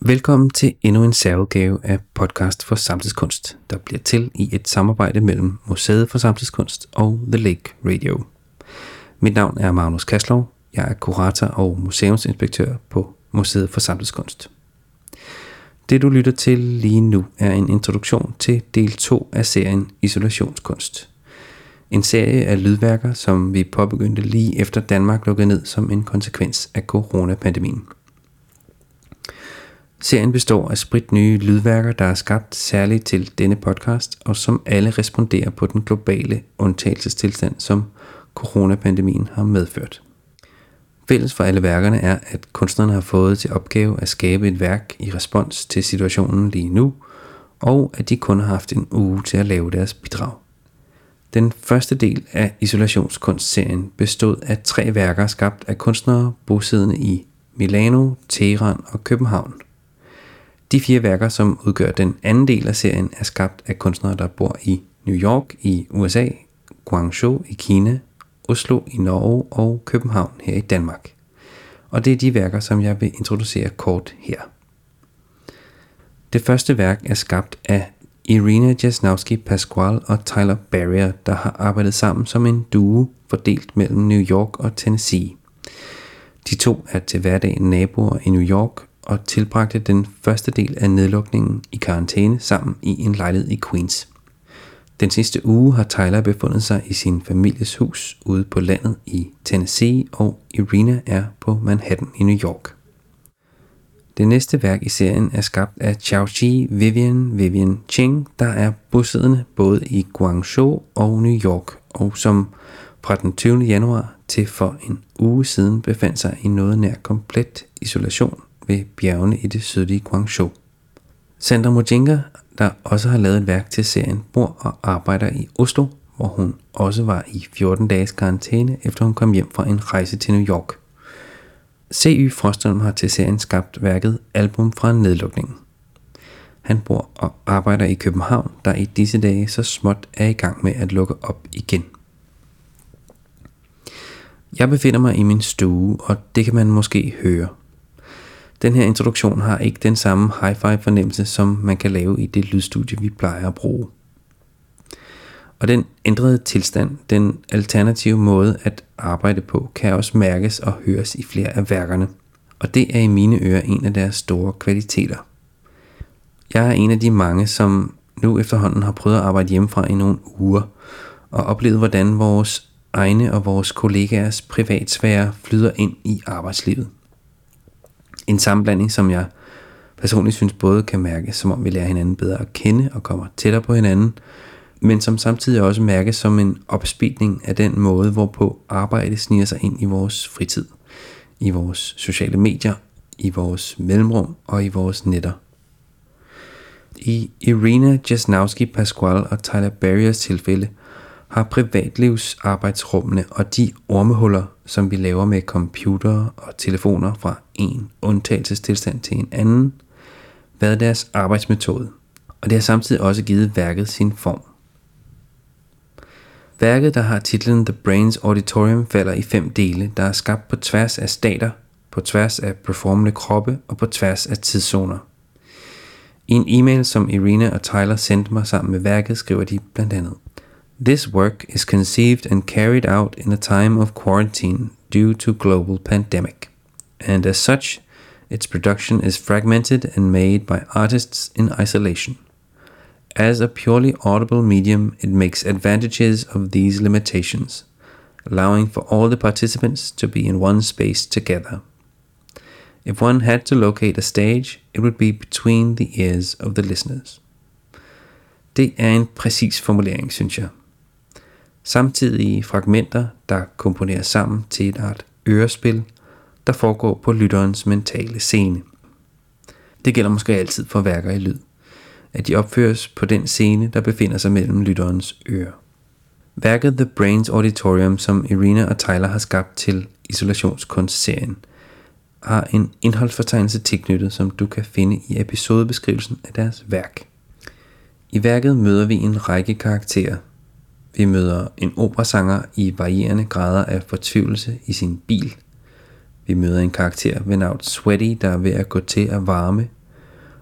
Velkommen til endnu en særudgave af Podcast for Samtidskunst, der bliver til i et samarbejde mellem Museet for Samtidskunst og The Lake Radio. Mit navn er Magnus Kaslov. Jeg er kurator og museumsinspektør på Museet for Samtidskunst. Det du lytter til lige nu er en introduktion til del 2 af serien Isolationskunst. En serie af lydværker, som vi påbegyndte lige efter Danmark lukkede ned som en konsekvens af coronapandemien. Serien består af spritnye lydværker, der er skabt særligt til denne podcast, og som alle responderer på den globale undtagelsestilstand, som coronapandemien har medført. Fælles for alle værkerne er, at kunstnerne har fået til opgave at skabe et værk i respons til situationen lige nu, og at de kun har haft en uge til at lave deres bidrag. Den første del af Isolationskunstserien bestod af 3 værker skabt af kunstnere bosiddende i Milano, Teheran og København. De 4 værker, som udgør den anden del af serien, er skabt af kunstnere, der bor i New York i USA, Guangzhou i Kina, Oslo i Norge og København her i Danmark. Og det er de værker, som jeg vil introducere kort her. Det første værk er skabt af Irina Jasnowski-Pascual og Tyler Barrier, der har arbejdet sammen som en duo fordelt mellem New York og Tennessee. De to er til hverdag naboer i New York og tilbragte den første del af nedlukningen i karantæne sammen i en lejlighed i Queens. Den sidste uge har Tyler befundet sig i sin families hus ude på landet i Tennessee, og Irina er på Manhattan i New York. Det næste værk i serien er skabt af Xiaoqi Vivian Cheng, der er bosiddende både i Guangzhou og New York, og som fra den 20. januar til for en uge siden befandt sig i noget nær komplet isolation ved bjergene i det sydlige Guangzhou. Sandra Mujinga, der også har lavet et værk til serien, bor og arbejder i Oslo, hvor hun også var i 14 dages karantæne, efter hun kom hjem fra en rejse til New York. C.Y. Frostholm har til serien skabt værket Album fra nedlukningen. Han bor og arbejder i København, der i disse dage så småt er i gang med at lukke op igen. Jeg befinder mig i min stue, og det kan man måske høre. Den her introduktion har ikke den samme hi-fi fornemmelse, som man kan lave i det lydstudie, vi plejer at bruge. Og den ændrede tilstand, den alternative måde at arbejde på, kan også mærkes og høres i flere af værkerne. Og det er i mine ører en af deres store kvaliteter. Jeg er en af de mange, som nu efterhånden har prøvet at arbejde hjemmefra i nogle uger, og oplevet hvordan vores egne og vores kollegaers privatsfære flyder ind i arbejdslivet. En sammenblanding, som jeg personligt synes både kan mærkes, som om vi lærer hinanden bedre at kende og kommer tættere på hinanden, men som samtidig også mærkes som en opspeedning af den måde, hvorpå arbejde sniger sig ind i vores fritid, i vores sociale medier, i vores mellemrum og i vores netter. I Irina Jasnowski-Pascual og Tyler Barriers tilfælde har privatlivsarbejdsrummene og de ormehuller, som vi laver med computere og telefoner fra en undtagelsestilstand til en anden, været deres arbejdsmetode, og det har samtidig også givet værket sin form. Værket, der har titlen The Brains Auditorium, falder i 5 dele, der er skabt på tværs af stater, på tværs af performende kroppe og på tværs af tidszoner. I en e-mail, som Irina og Tyler sendte mig sammen med værket, skriver de blandt andet: This work is conceived and carried out in a time of quarantine due to global pandemic, and as such, its production is fragmented and made by artists in isolation. As a purely audible medium, it makes advantages of these limitations, allowing for all the participants to be in one space together. If one had to locate a stage, it would be between the ears of the listeners. Det er en præcis formulering, synes jeg. Samtidige fragmenter, der komponeres sammen til et art ørespil, der foregår på lytterens mentale scene. Det gælder måske altid for værker i lyd, at de opføres på den scene, der befinder sig mellem lytterens ører. Værket The Brains Auditorium, som Irina og Tyler har skabt til Isolationskunstserien, har en indholdsfortegnelse tilknyttet, som du kan finde i episodebeskrivelsen af deres værk. I værket møder vi en række karakterer. Vi møder en operasanger i varierende grader af fortvivlelse i sin bil. Vi møder en karakter ved navn Sweaty, der er ved at gå til at varme.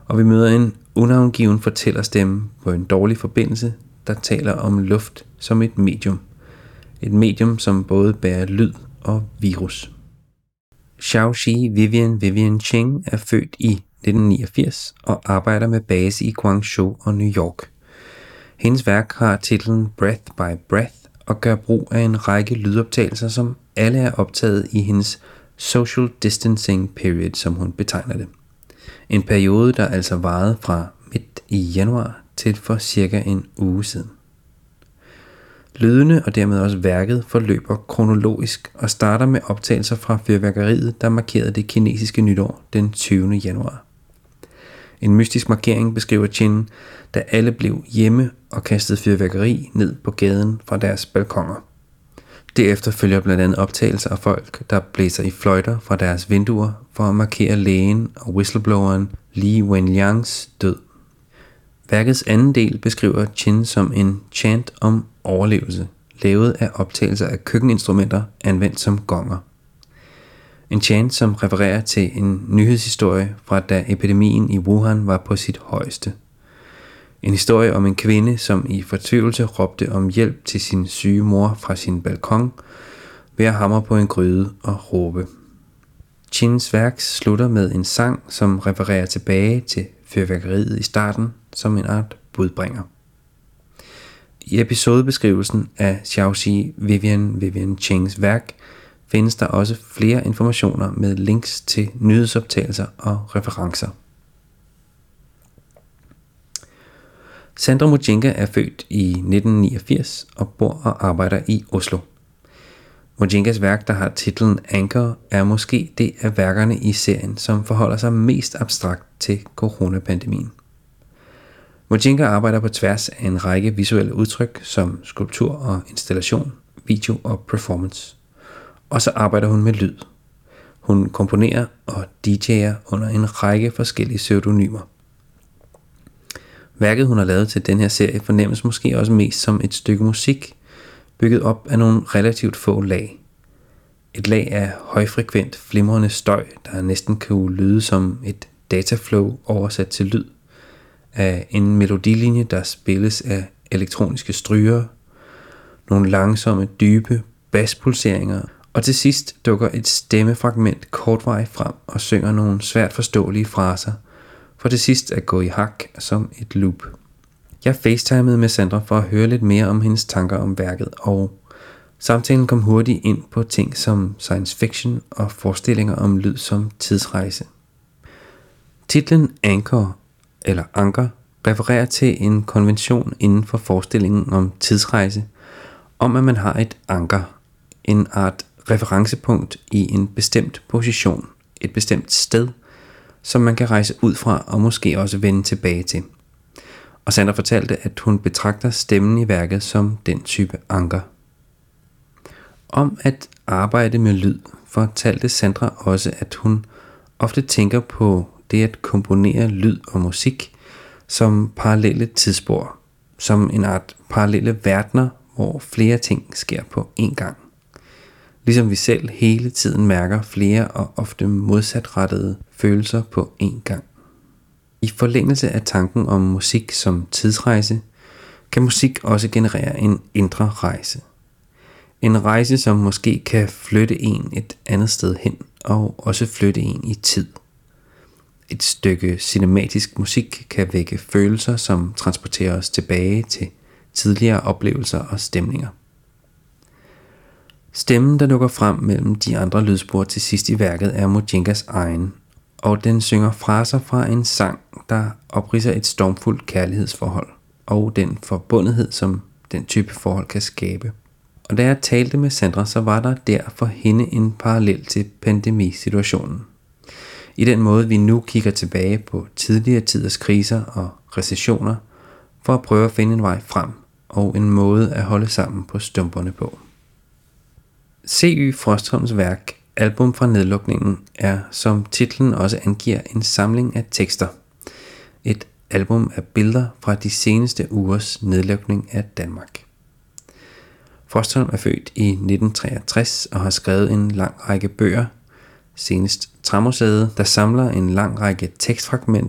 og vi møder en unavngiven fortællerstemme på en dårlig forbindelse, der taler om luft som et medium. Et medium, som både bærer lyd og virus. Xiaoxi Vivian Cheng er født i 1989 og arbejder med base i Guangzhou og New York. Hendes værk har titlen Breath by Breath og gør brug af en række lydoptagelser, som alle er optaget i hendes social distancing period, som hun betegner det. En periode, der altså varede fra midt i januar til for cirka en uge siden. Lydene og dermed også værket forløber kronologisk og starter med optagelser fra fyrværkeriet, der markerede det kinesiske nytår den 20. januar. En mystisk markering beskriver Chen, da alle blev hjemme og kastede fyrværkeri ned på gaden fra deres balkoner. Derefter følger blandt andet optagelser af folk, der blæser i fløjter fra deres vinduer for at markere lægen og whistlebloweren Li Wenliangs død. Værkets anden del beskriver Chen som en chant om overlevelse, lavet af optagelser af køkkeninstrumenter anvendt som gonger. En chant, som refererer til en nyhedshistorie fra da epidemien i Wuhan var på sit højeste. En historie om en kvinde, som i fortvivlelse råbte om hjælp til sin syge mor fra sin balkon ved at hamre på en gryde og råbe. Chins værk slutter med en sang, som refererer tilbage til fyrværkeriet i starten som en art budbringer. I episodebeskrivelsen af Xiaoxi Vivian Chengs værk findes der også flere informationer med links til nyhedsoptagelser og referencer. Sandra Mujinga er født i 1989 og bor og arbejder i Oslo. Mujingas værk, der har titlen Anchor, er måske det af værkerne i serien, som forholder sig mest abstrakt til coronapandemien. Mujinga arbejder på tværs af en række visuelle udtryk som skulptur og installation, video og performance. Og så arbejder hun med lyd. Hun komponerer og DJ'er under en række forskellige pseudonymer. Værket, hun har lavet til den her serie, fornemmes måske også mest som et stykke musik, bygget op af nogle relativt få lag. Et lag af højfrekvent flimrende støj, der næsten kan lyde som et dataflow oversat til lyd, af en melodilinje, der spilles af elektroniske stryger, nogle langsomme, dybe baspulseringer, og til sidst dukker et stemmefragment kortvarigt frem og synger nogle svært forståelige fraser, for til sidst at gå i hak som et loop. Jeg facetimede med Sandra for at høre lidt mere om hendes tanker om værket, og samtalen kom hurtigt ind på ting som science fiction og forestillinger om lyd som tidsrejse. Titlen Anchor eller Anker refererer til en konvention inden for forestillingen om tidsrejse, om at man har et anker, en art referencepunkt i en bestemt position, et bestemt sted, som man kan rejse ud fra og måske også vende tilbage til. Og Sandra fortalte, at hun betragter stemmen i værket som den type anker. Om at arbejde med lyd fortalte Sandra også, at hun ofte tænker på det at komponere lyd og musik som parallelle tidsspor, som en art parallelle verdener, hvor flere ting sker på én gang. Ligesom vi selv hele tiden mærker flere og ofte modsatrettede følelser på én gang. I forlængelse af tanken om musik som tidsrejse, kan musik også generere en indre rejse. En rejse, som måske kan flytte en et andet sted hen, og også flytte en i tid. Et stykke cinematisk musik kan vække følelser, som transporterer os tilbage til tidligere oplevelser og stemninger. Stemmen, der dukker frem mellem de andre lydspor til sidst i værket, er Mujingas egen, og den synger fraser fra en sang, der opridser et stormfuldt kærlighedsforhold, og den forbundethed, som den type forhold kan skabe. Og da jeg talte med Sandra, så var der der for hende en parallel til pandemisituationen. I den måde, vi nu kigger tilbage på tidligere tiders kriser og recessioner, for at prøve at finde en vej frem, og en måde at holde sammen på stumperne på. C.Y. Frostholms værk, Album fra nedlukningen, er, som titlen også angiver, en samling af tekster. Et album af billeder fra de seneste ugers nedlukning af Danmark. Frostholm er født i 1963 og har skrevet en lang række bøger, senest Træmuseet, der samler en lang række tekstfragmenter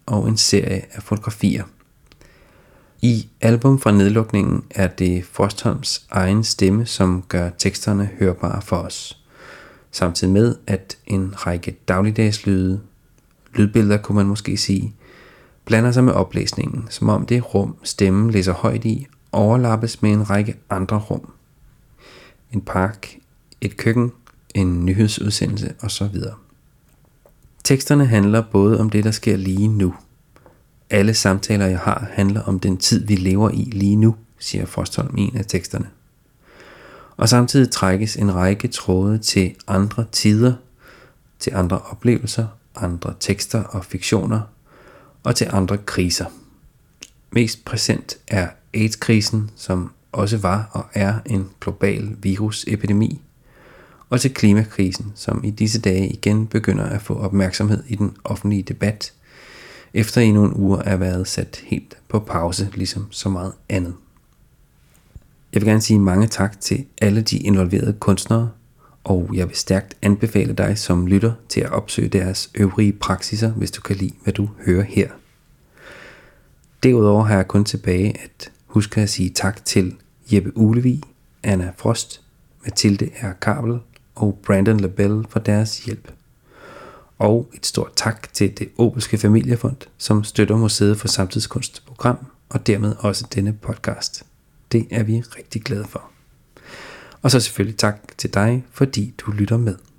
og en serie af fotografier. I album fra nedlukningen er det Frostholms egen stemme, som gør teksterne hørbare for os. Samtidig med, at en række dagligdagslyde, lydbilleder kunne man måske sige, blander sig med oplæsningen, som om det rum, stemmen læser højt i, overlappes med en række andre rum. En park, et køkken, en nyhedsudsendelse osv. Teksterne handler både om det, der sker lige nu. Alle samtaler, jeg har, handler om den tid, vi lever i lige nu, siger Frostholm i en af teksterne. Og samtidig trækkes en række tråde til andre tider, til andre oplevelser, andre tekster og fiktioner, og til andre kriser. Mest præsent er AIDS-krisen, som også var og er en global virusepidemi, og til klimakrisen, som i disse dage igen begynder at få opmærksomhed i den offentlige debat, efter i nogle uger er været sat helt på pause, ligesom så meget andet. Jeg vil gerne sige mange tak til alle de involverede kunstnere, og jeg vil stærkt anbefale dig som lytter til at opsøge deres øvrige praksiser, hvis du kan lide, hvad du hører her. Derudover har jeg kun tilbage at huske at sige tak til Jeppe Ulevig, Anna Frost, Mathilde R. Kabel og Brandon Labelle for deres hjælp. Og et stort tak til det Obelske Familiefond, som støtter Museet for Samtidskunst program, og dermed også denne podcast. Det er vi rigtig glade for. Og så selvfølgelig tak til dig, fordi du lytter med.